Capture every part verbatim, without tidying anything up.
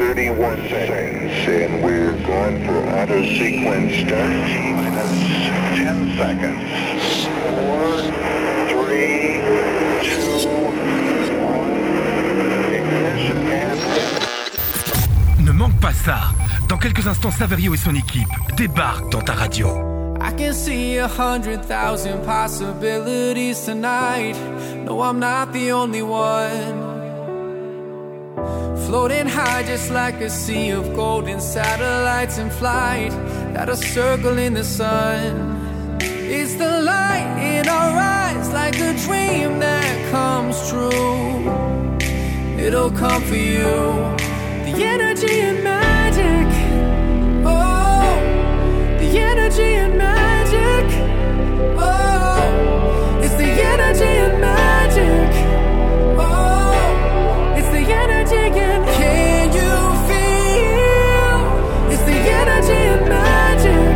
thirty-one seconds, and we're going for auto sequence start. Minus ten seconds. Four, three, two, one. Ignition and... Ne manque pas ça. Dans quelques instants, Saverio et son équipe débarquent dans ta radio. I can see a hundred thousand possibilities tonight. No, I'm not the only one. Floating high just like a sea of golden satellites in flight that are circling the sun. It's the light in our eyes like a dream that comes true. It'll come for you. The energy and magic. Oh, the energy and magic. Oh, it's the energy and magic. Oh, it's the energy and can you feel? It's the energy and magic.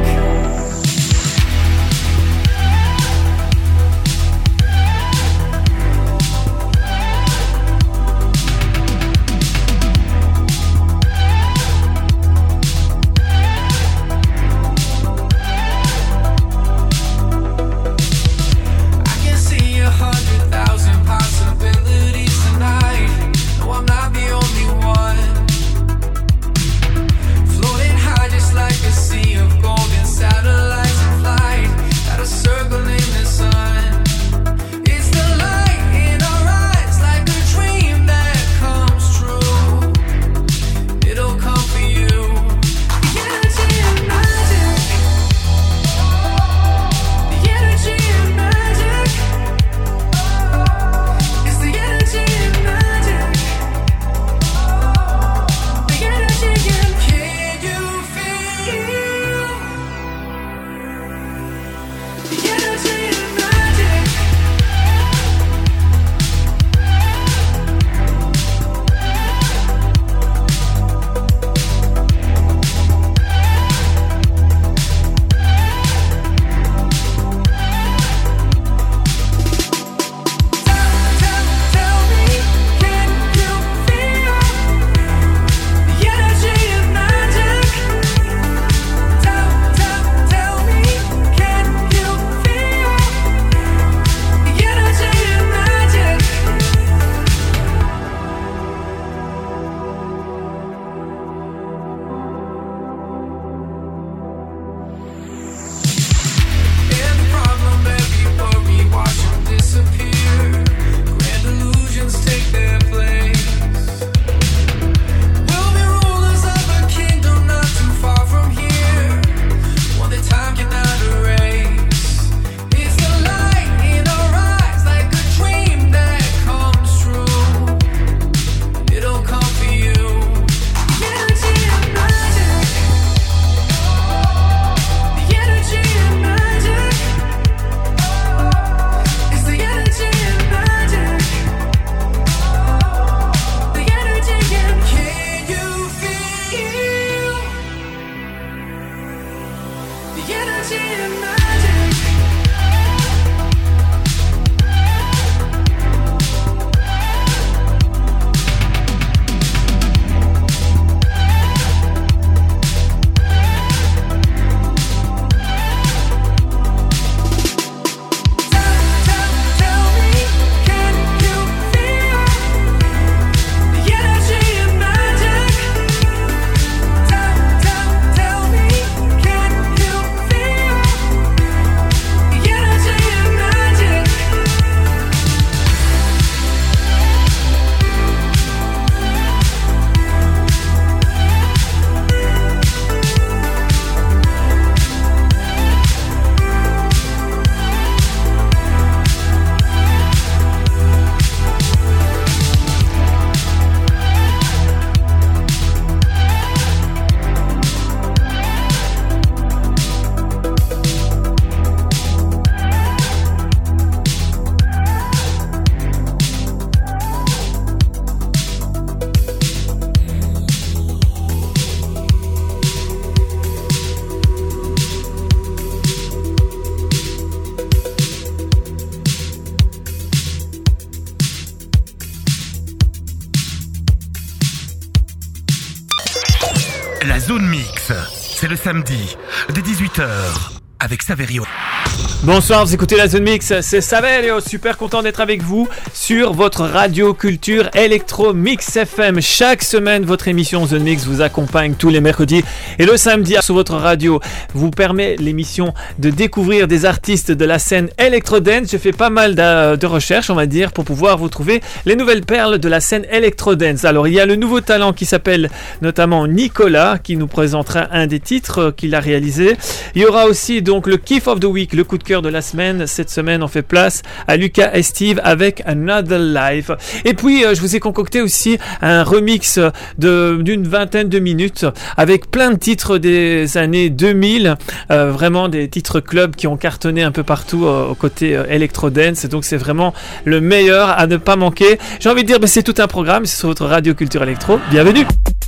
La zone mix, c'est le samedi, dès dix-huit heures, avec Saverio. Bonsoir, vous écoutez la Zone Mix, c'est Saverio, super content d'être avec vous sur votre radio culture Electro Mix F M. Chaque semaine, votre émission Zone Mix vous accompagne tous les mercredis et le samedi sur votre radio vous permet l'émission de découvrir des artistes de la scène Electro Dance. Je fais pas mal de, de recherches, on va dire, pour pouvoir vous trouver les nouvelles perles de la scène Electro Dance. Alors, il y a le nouveau talent qui s'appelle notamment Nicolas, qui nous présentera un des titres qu'il a réalisé. Il y aura aussi donc le Kiff of the Week, le coup de cœur de la semaine. Cette semaine, on fait place à Lucas et Steve avec Another Life. Et puis, euh, je vous ai concocté aussi un remix de, d'une vingtaine de minutes avec plein de titres des années deux mille. Euh, vraiment des titres club qui ont cartonné un peu partout euh, au côté euh, Electro Dance. Et donc, c'est vraiment le meilleur à ne pas manquer. J'ai envie de dire, bah, c'est tout un programme. C'est sur votre radio culture électro. Bienvenue!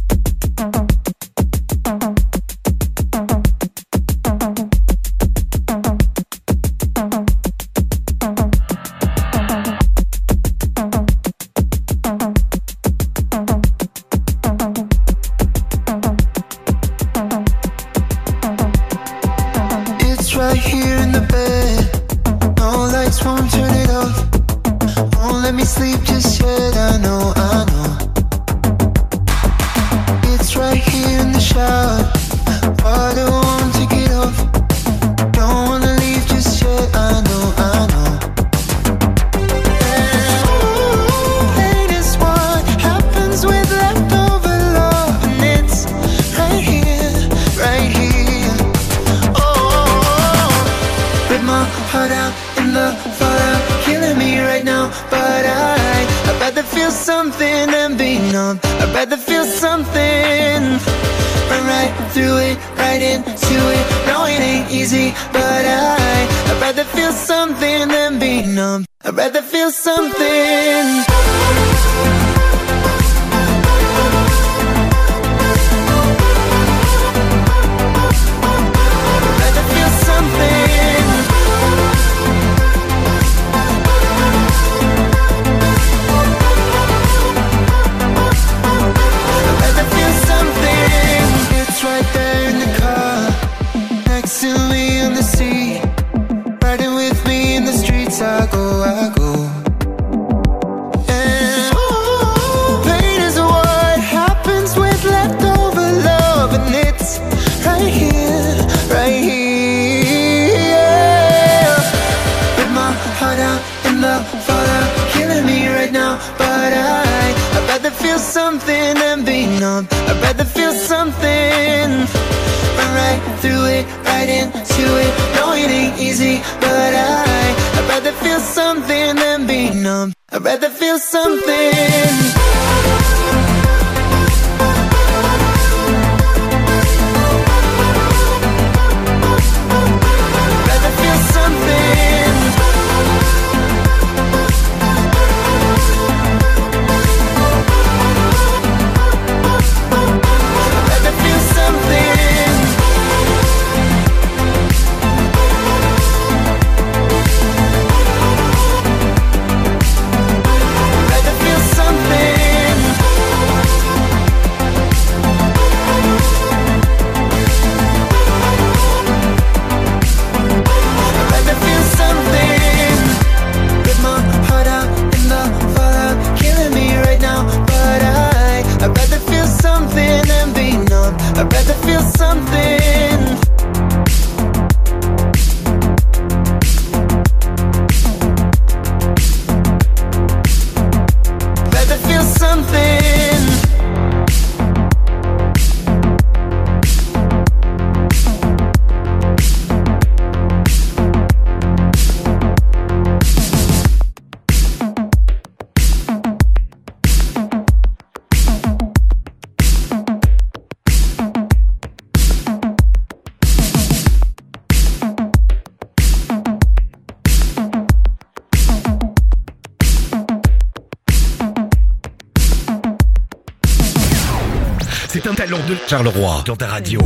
C'est un talent de Charleroi dans ta radio.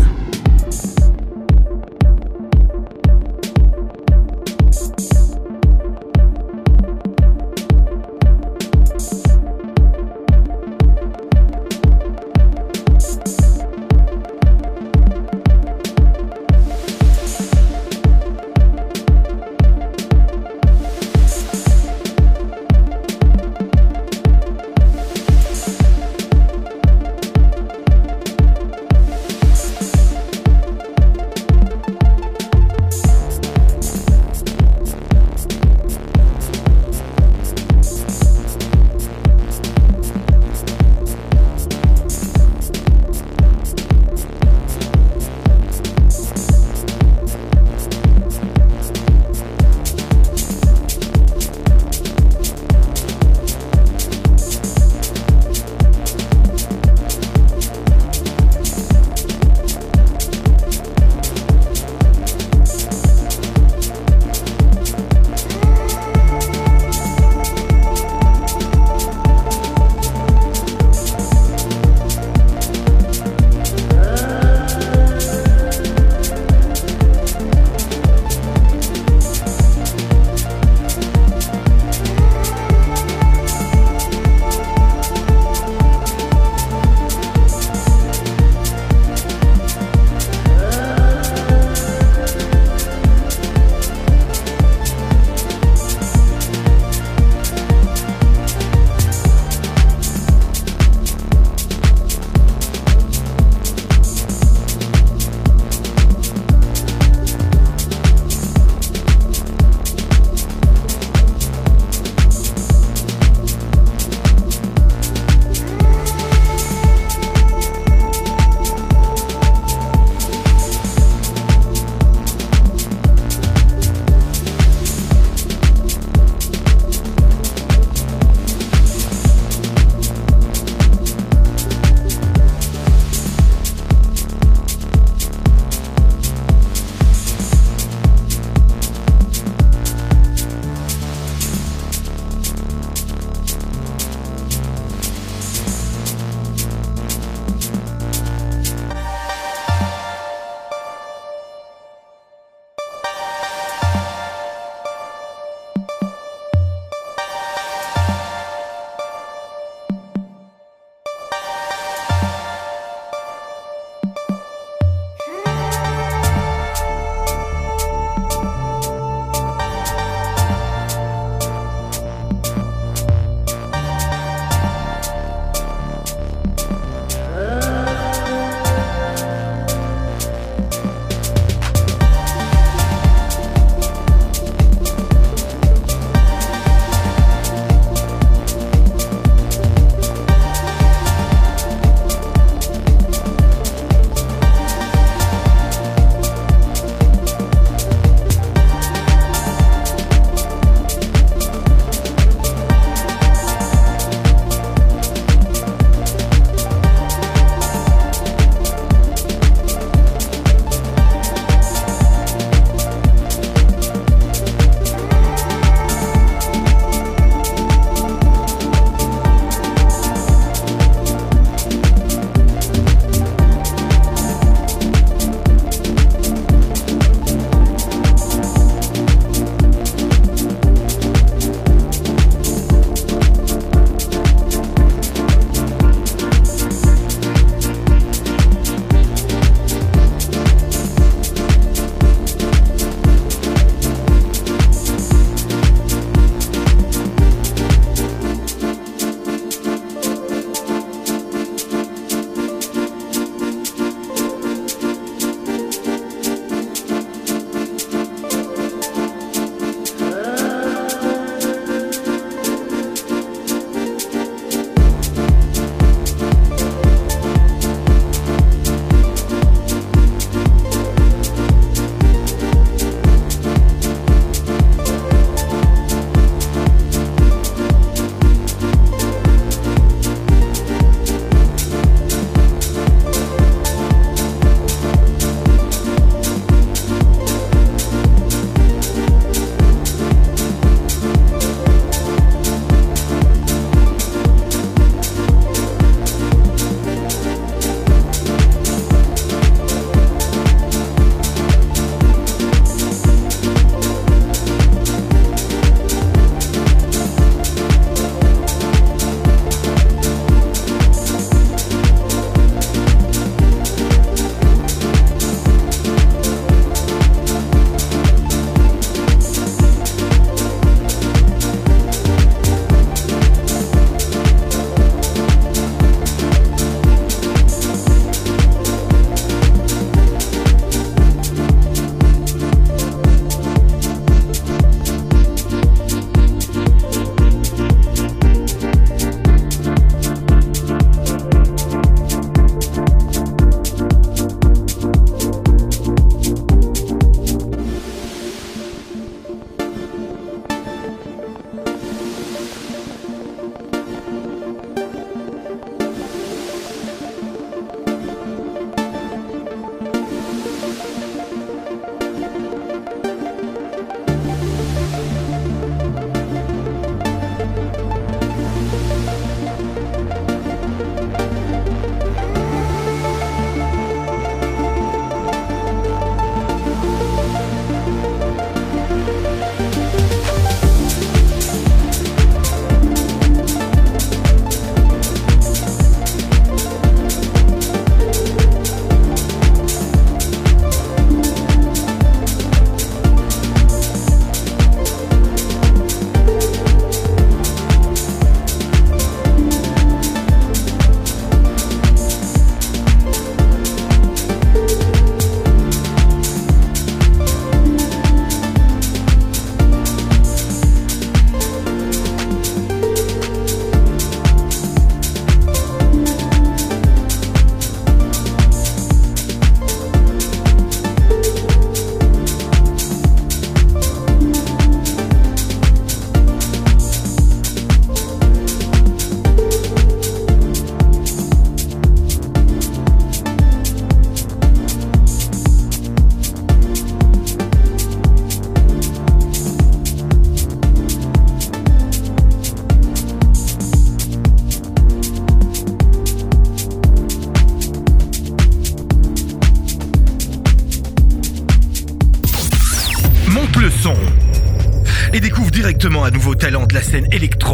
son. Et découvre directement un nouveau talent de la scène électro.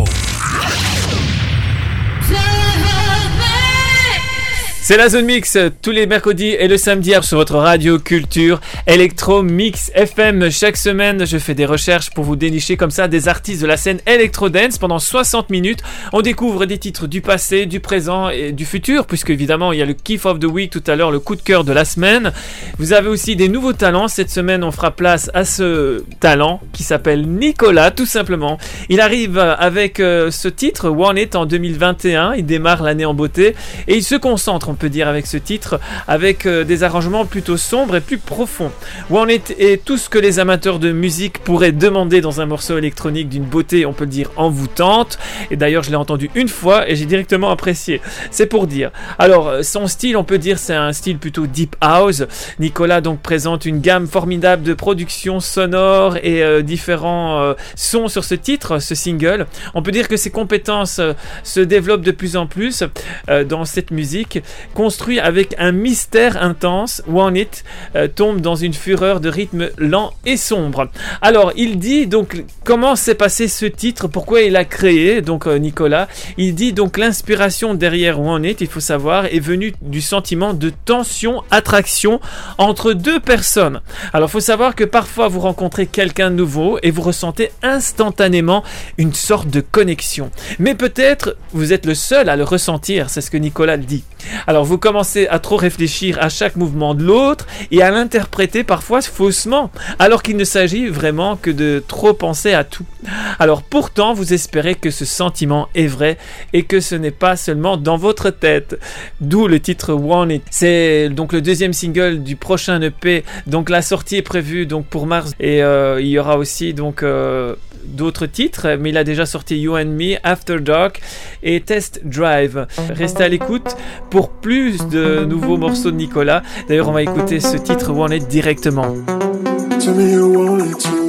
C'est la Zone Mix tous les mercredis et le samedi sur votre radio culture Electro Mix F M. Chaque semaine, je fais des recherches pour vous dénicher comme ça des artistes de la scène Electro Dance pendant soixante minutes. On découvre des titres du passé, du présent et du futur, puisque évidemment il y a le Kiff of the Week tout à l'heure, le coup de cœur de la semaine. Vous avez aussi des nouveaux talents. Cette semaine, on fera place à ce talent qui s'appelle Nicolas, tout simplement. Il arrive avec euh, ce titre One It en deux mille vingt et un. Il démarre l'année en beauté et il se concentre, on peut dire, avec ce titre, avec euh, des arrangements plutôt sombres et plus profonds. Want It est tout ce que les amateurs de musique pourraient demander dans un morceau électronique d'une beauté, on peut le dire, envoûtante. Et d'ailleurs, je l'ai entendu une fois et j'ai directement apprécié. C'est pour dire. Alors, son style, on peut dire, c'est un style plutôt deep house. Nicolas donc présente une gamme formidable de productions sonores et euh, différents euh, sons sur ce titre, ce single. On peut dire que ses compétences euh, se développent de plus en plus euh, dans cette musique. Construit avec un mystère intense, Want It euh, tombe dans une fureur de rythme lent et sombre. Alors, il dit donc comment s'est passé ce titre, pourquoi il a créé, donc euh, Nicolas. Il dit donc l'inspiration derrière Want It, il faut savoir, est venue du sentiment de tension, attraction entre deux personnes. Alors, il faut savoir que parfois vous rencontrez quelqu'un de nouveau et vous ressentez instantanément une sorte de connexion. Mais peut-être vous êtes le seul à le ressentir, c'est ce que Nicolas dit. Alors vous commencez à trop réfléchir à chaque mouvement de l'autre et à l'interpréter parfois faussement, alors qu'il ne s'agit vraiment que de trop penser à tout. Alors pourtant vous espérez que ce sentiment est vrai et que ce n'est pas seulement dans votre tête. D'où le titre Want It. C'est donc le deuxième single du prochain E P. Donc la sortie est prévue donc pour mars et euh, il y aura aussi donc euh, d'autres titres, mais il a déjà sorti You and Me, After Dark et Test Drive. Restez à l'écoute pour plus de nouveaux morceaux de Nicolas. D'ailleurs, on va écouter ce titre Want It directement. Tell me you want it too,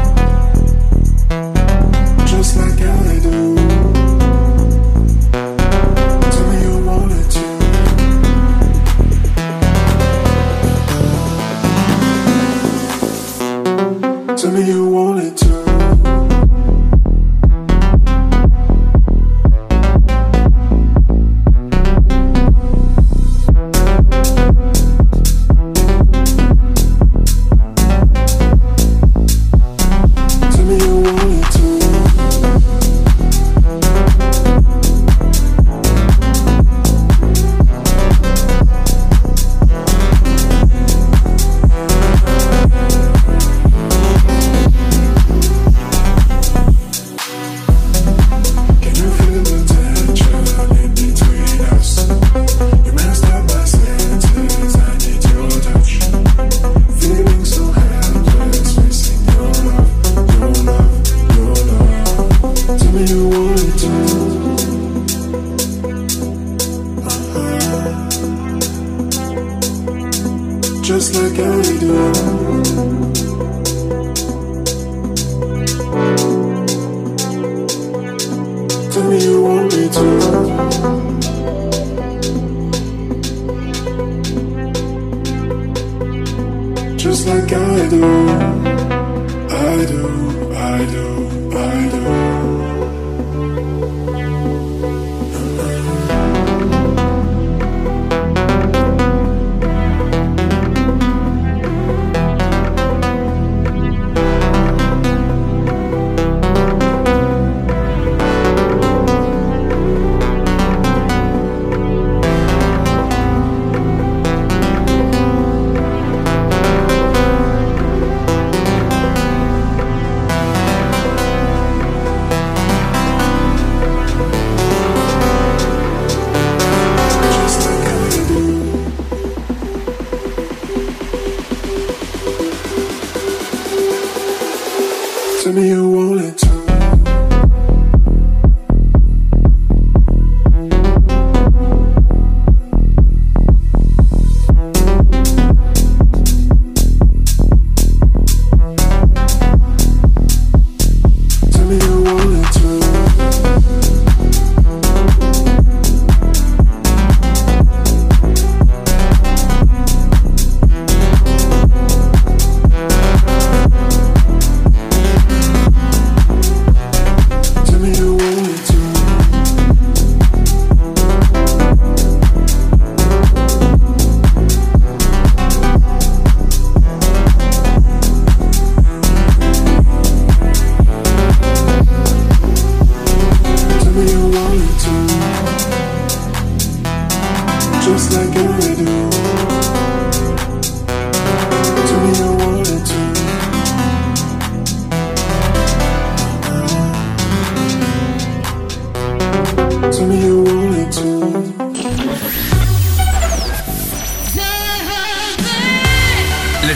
just like I do. Tell me you want it too. Tell me you want it too. Just like I do. Tell me you want me to. Just like I do. I do, I do, I do. Tell me you want it too. Tell me you want it too.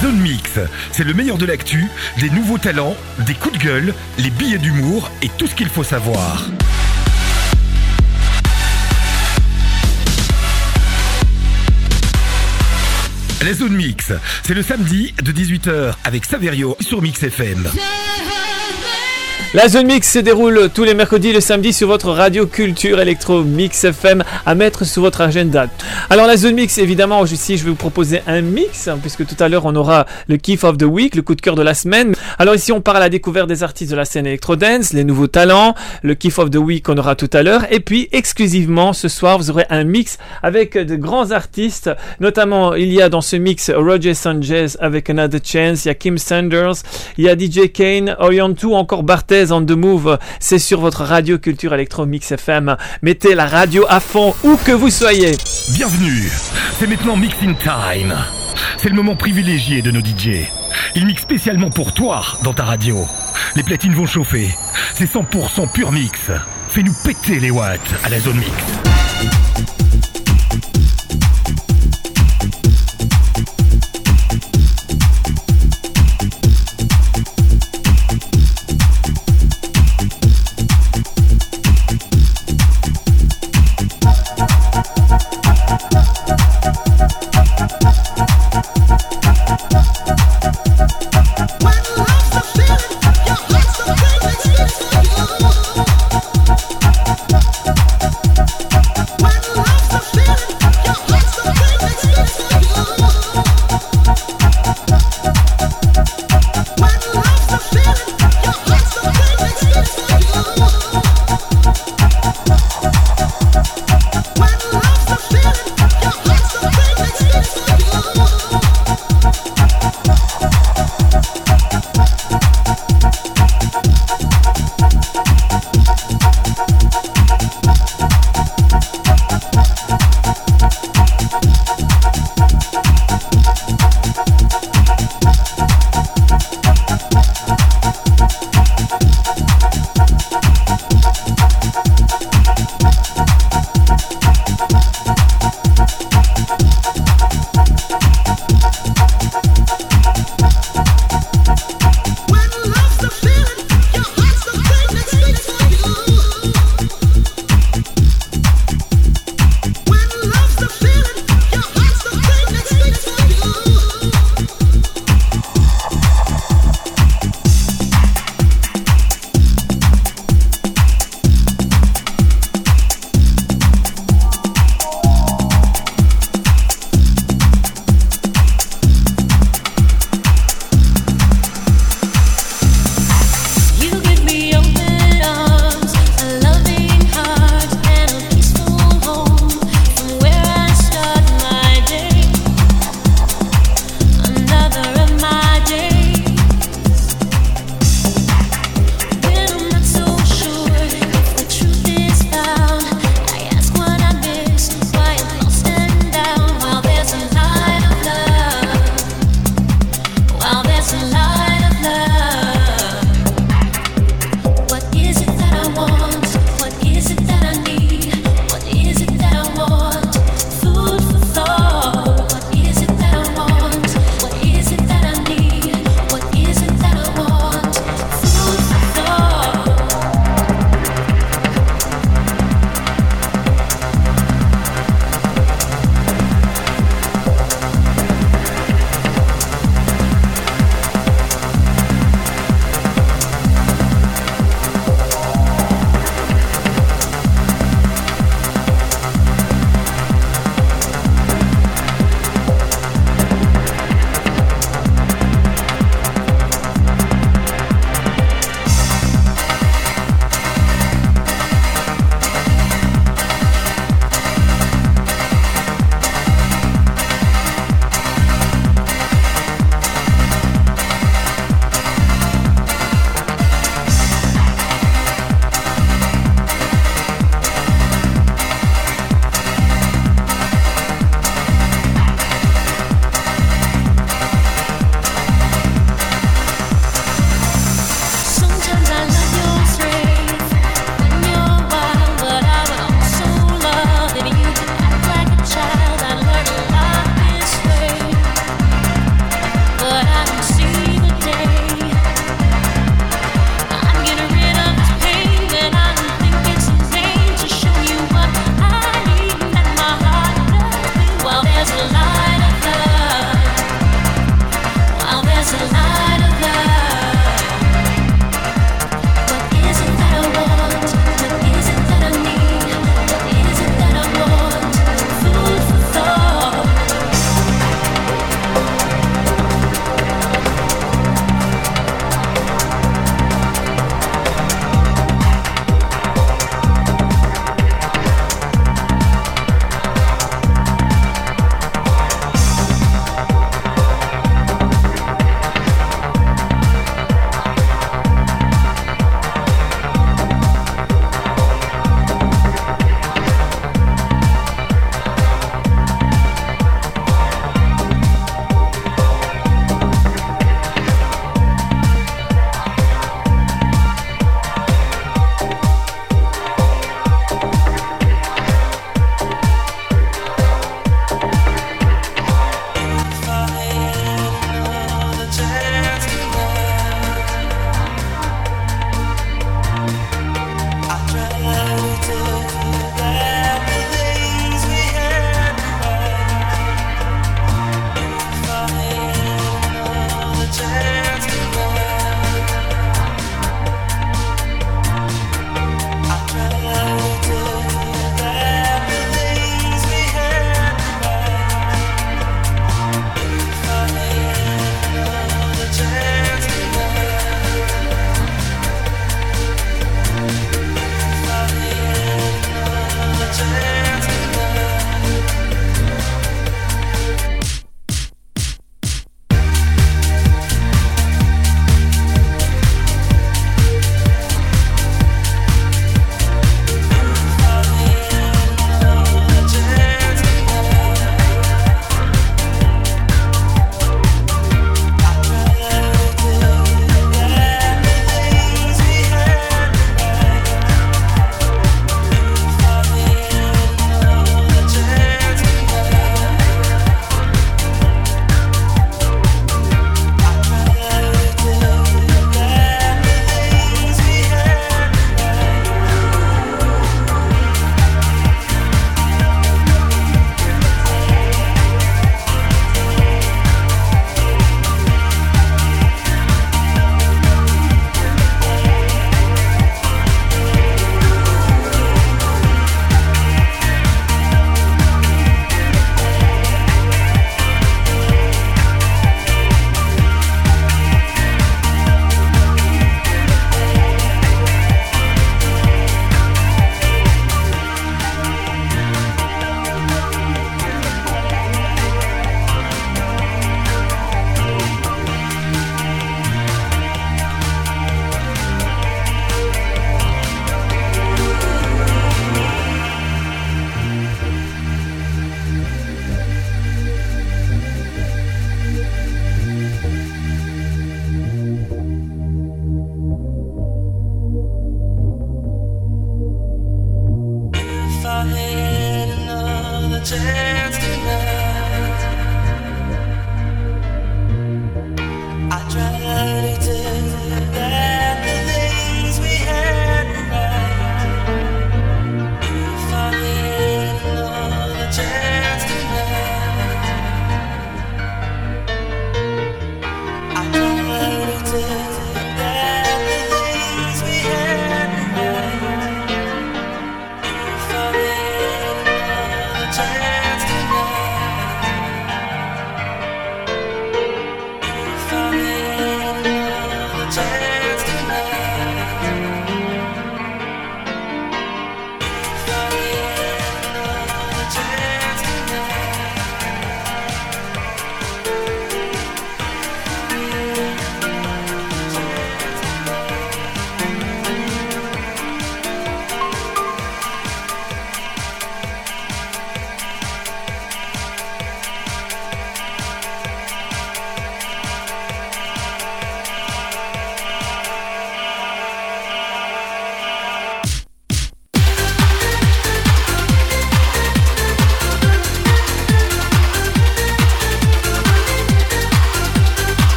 Zone Mix, c'est le meilleur de l'actu, des nouveaux talents, des coups de gueule, les billets d'humour et tout ce qu'il faut savoir. La Zone Mix, c'est le samedi de dix-huit heures avec Saverio sur Mix F M. La Zone Mix se déroule tous les mercredis et le samedi sur votre radio culture électro Mix F M à mettre sur votre agenda. Alors la Zone Mix, évidemment, ici je vais vous proposer un mix, hein, puisque tout à l'heure on aura le Kiff of the Week, le coup de cœur de la semaine. Alors ici on part à la découverte des artistes de la scène électro-dance, les nouveaux talents, le Kiff of the Week qu'on aura tout à l'heure. Et puis exclusivement ce soir vous aurez un mix avec de grands artistes, notamment il y a dans ce mix Roger Sanchez avec Another Chance, il y a Kim Sanders, il y a D J Kane, Orientou, encore Barthez on the Move. C'est sur votre radio culture électro Mix F M. Mettez la radio à fond où que vous soyez. Bienvenue, c'est maintenant Mixing Time. C'est le moment privilégié de nos D J. Ils mixent spécialement pour toi dans ta radio. Les platines vont chauffer. C'est cent pour cent pur mix. Fais-nous péter les watts à la Zone Mix.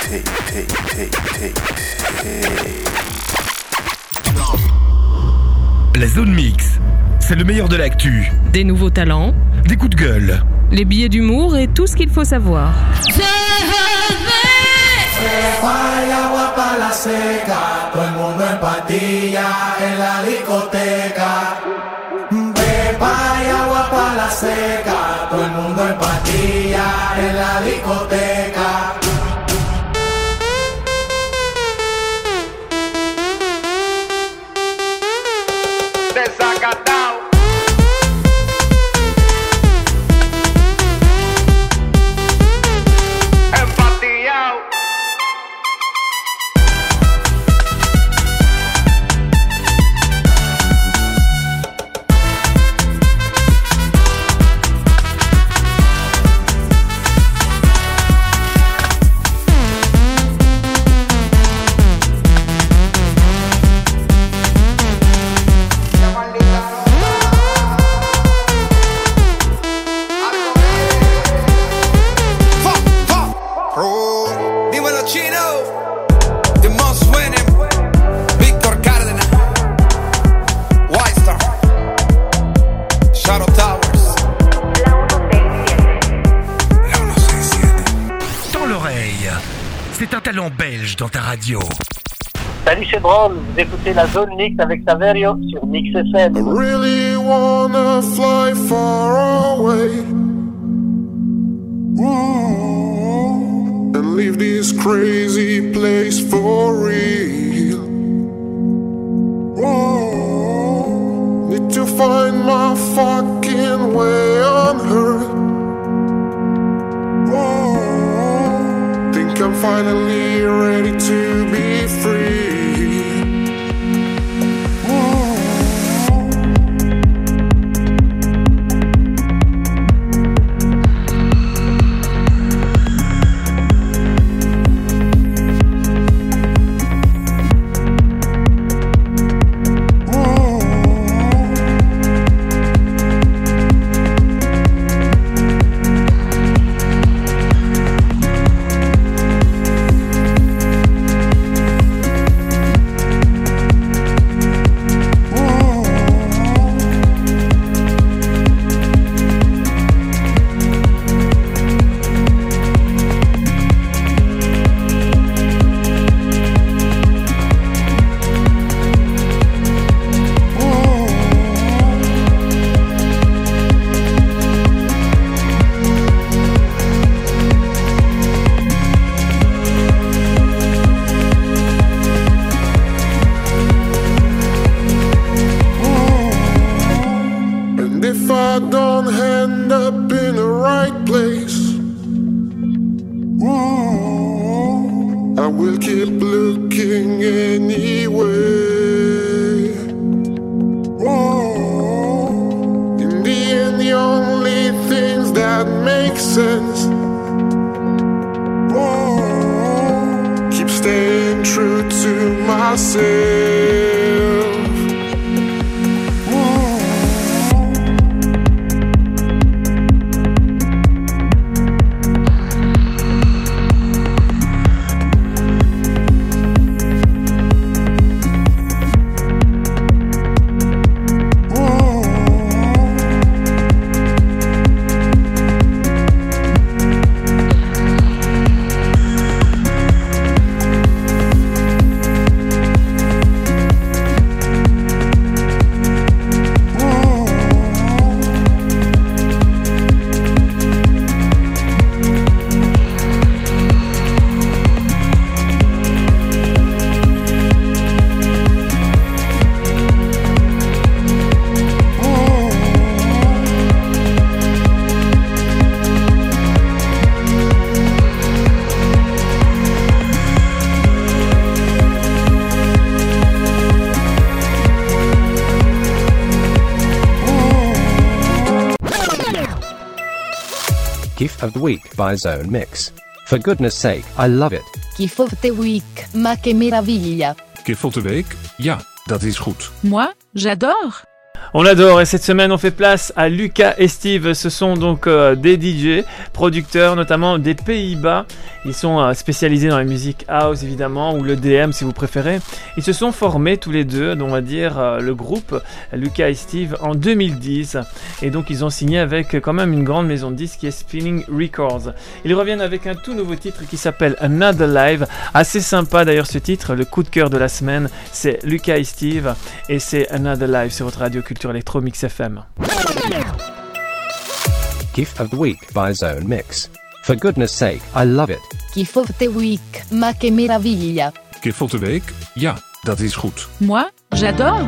La zone mix, c'est le meilleur de l'actu. Des nouveaux talents, des coups de gueule, les billets d'humour et tout ce qu'il faut savoir. C'est un talent belge dans ta radio. Salut, c'est Drôle, vous écoutez la zone mix avec Saverio sur Mix F M. I really wanna fly far away, ooh, and leave this crazy place for real. Ooh, need to find my fucking way on Earth. Ooh, think I'm finally ready to be free. Gift of the Week by Zone Mix. For goodness sake, I love it. Gift of the Week, ma che meraviglia. Gift of the Week? Ja, dat is goed. Moi, j'adore. On adore, et cette semaine on fait place à Lucas et Steve. Ce sont donc euh, des D J, producteurs notamment des Pays-Bas. Ils sont euh, spécialisés dans la musique house évidemment, ou le D M si vous préférez. Ils se sont formés tous les deux, on va dire euh, le groupe Lucas et Steve en deux mille dix. Et donc ils ont signé avec quand même une grande maison de disques qui est Spinning Records. Ils reviennent avec un tout nouveau titre qui s'appelle Another Live. Assez sympa d'ailleurs ce titre, le coup de cœur de la semaine, c'est Lucas et Steve et c'est Another Live sur votre radio Culture Electro Mix F M. Gift of the Week by Zone Mix. For goodness sake, I love it. Gift of the Week, ma che meraviglia. Gift of the Week? Ja, dat is goed. Moi, j'adore.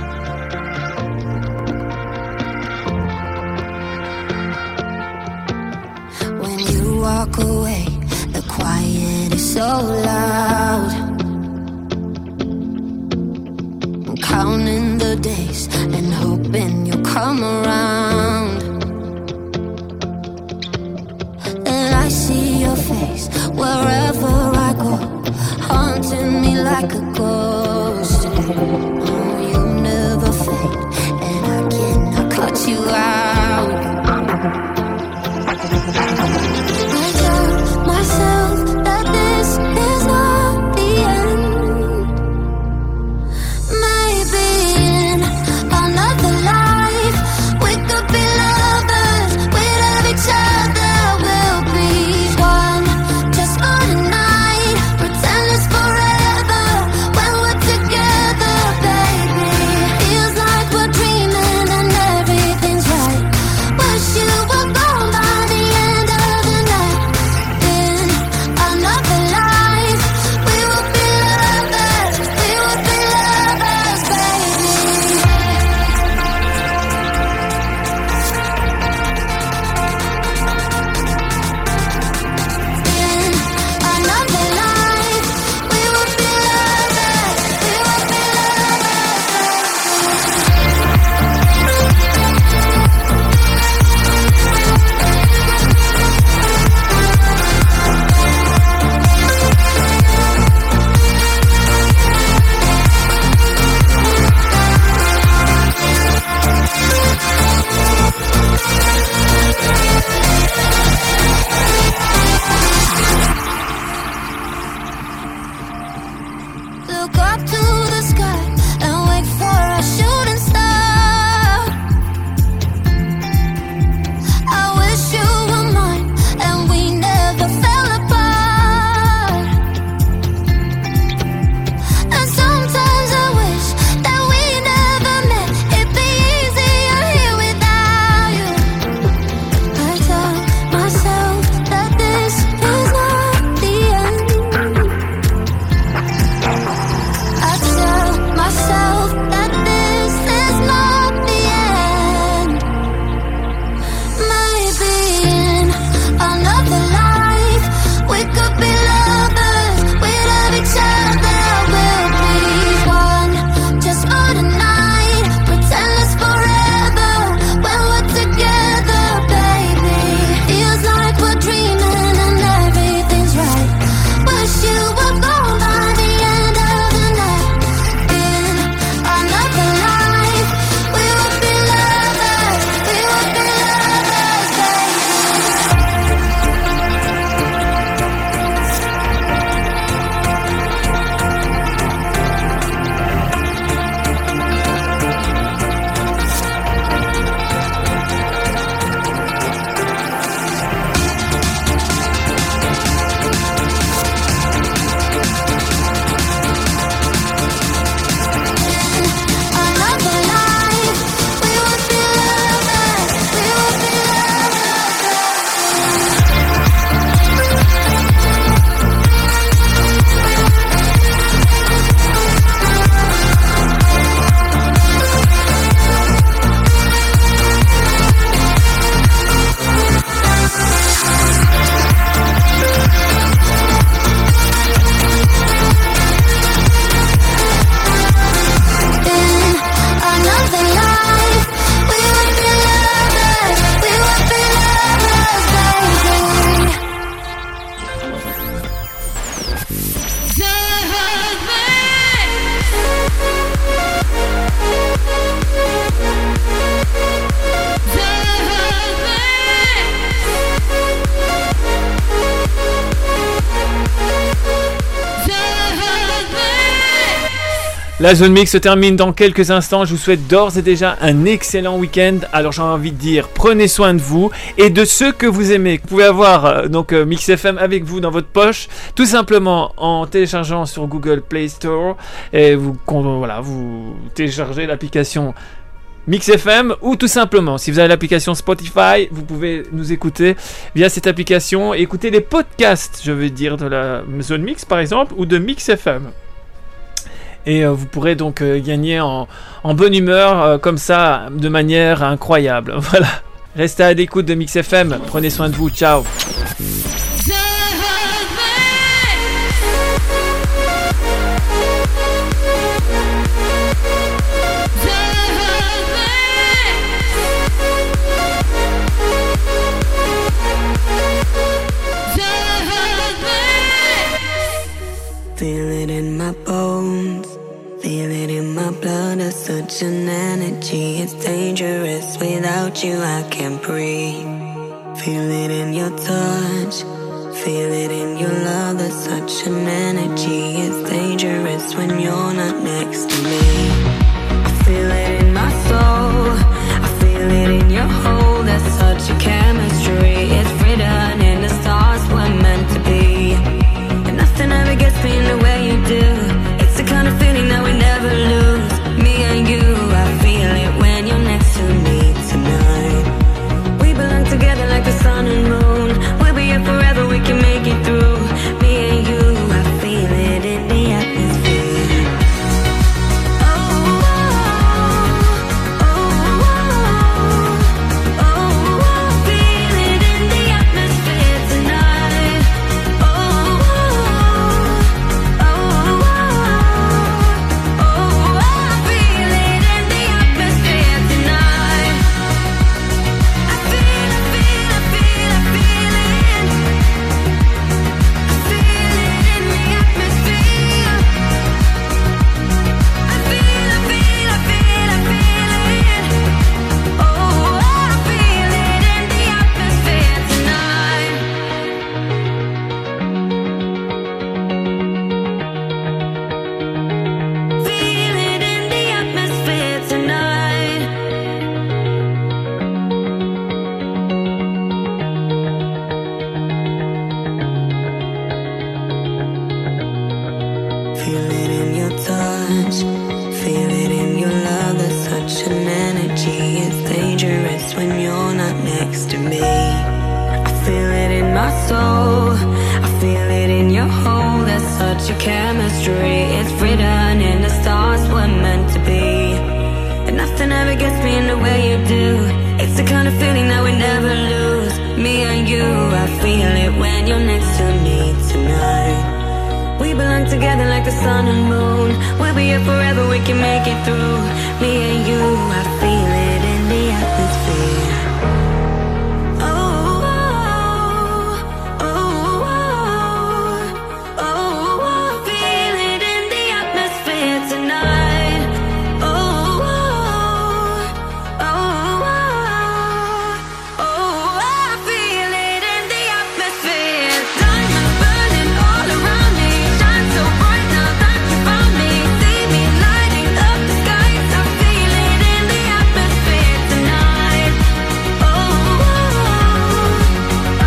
When you walk away, the quiet is so loud. I'm counting the days and hoping you'll come around. And I see your face wherever I go, haunting me like a ghost. Oh, you never fade, and I cannot cut you out. I tell myself that this is not the end. Maybe in another life we could be lovers, we'd have each other. We'll be one just for tonight. Pretend it's forever when we're together, baby. Feels like we're dreaming and everything's right. Wish you were gone by the end of the night. In another life we would be lovers, we would be lovers, baby. In another life we would be lovers, we would be Look up to the sky and wait for a shooting star. I wish you were mine and we never fell apart. And sometimes I wish that we never met. It'd be easier here without you. I tell myself that this is not the end. I La Zone Mix se termine dans quelques instants. Je vous souhaite d'ores et déjà un excellent week-end. Alors j'ai envie de dire, prenez soin de vous et de ceux que vous aimez. Vous pouvez avoir euh, donc euh, Mix F M avec vous dans votre poche, tout simplement en téléchargeant sur Google Play Store et vous con- voilà, vous téléchargez l'application Mix F M, ou tout simplement, si vous avez l'application Spotify, vous pouvez nous écouter via cette application et écouter les podcasts, je veux dire, de la Zone Mix par exemple, ou de Mix F M. Et euh, vous pourrez donc euh, gagner en, en bonne humeur, euh, comme ça, de manière incroyable. Voilà. Restez à l'écoute de Mix F M, prenez soin de vous, ciao. Feel it in my bones, feel it in my blood. It's such an energy, it's dangerous. Without you I can't breathe. Feel it in your touch, feel it in your love. There's such an energy, it's dangerous when you're not next to me. I feel it in my soul, I feel it in your hold. There's such a chemistry, it's written in the stars we're meant to be. And nothing ever gets me in the way you do. It's the kind of feeling that we never lose. Me and you, I feel it when you're next to me tonight. We belong together like the sun and moon. We'll be here forever, we can make it through. Me and you, I feel it in the atmosphere. Oh, oh, oh, oh, oh, oh, feel it in the atmosphere tonight. Oh, oh, oh, oh, I feel it in the atmosphere tonight. I feel, I feel, I feel, I feel it. I feel it in the atmosphere. I feel, I feel, I feel, I feel it. Oh, I feel it in the atmosphere tonight. Feel it in the atmosphere tonight. Feel it in your touch, feel it in your love. There's such an energy, it's dangerous when you're not next to me. I feel it in my soul, I feel it in your hold. There's such a chemistry, it's written in the stars we're meant to be. And nothing ever gets me in the way you do. It's the kind of feeling that we never lose. Me and you, I feel it when you're next to me tonight. We belong together like the sun and moon. We'll be here forever, we can make it through. Me and you, I feel it in the atmosphere. Oh, oh, oh, oh, oh, I feel it in the atmosphere tonight. Oh, oh, oh, oh, I feel it in the atmosphere. Diamonds burning all around me, shine so bright now that you found me. See me lighting up the skies. I feel it in the atmosphere tonight. Oh, oh, oh,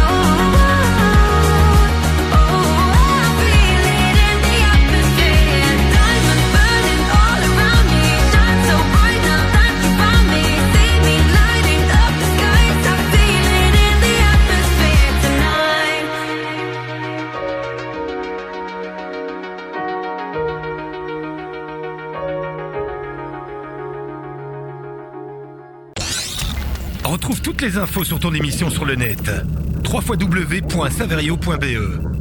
oh, I feel it in the atmosphere. Diamonds burning all around me, shine so bright now that you found me. See me lighting up the skies. I feel it in the atmosphere tonight. Retrouve toutes les infos sur ton émission sur le net. w w w point saverio point b e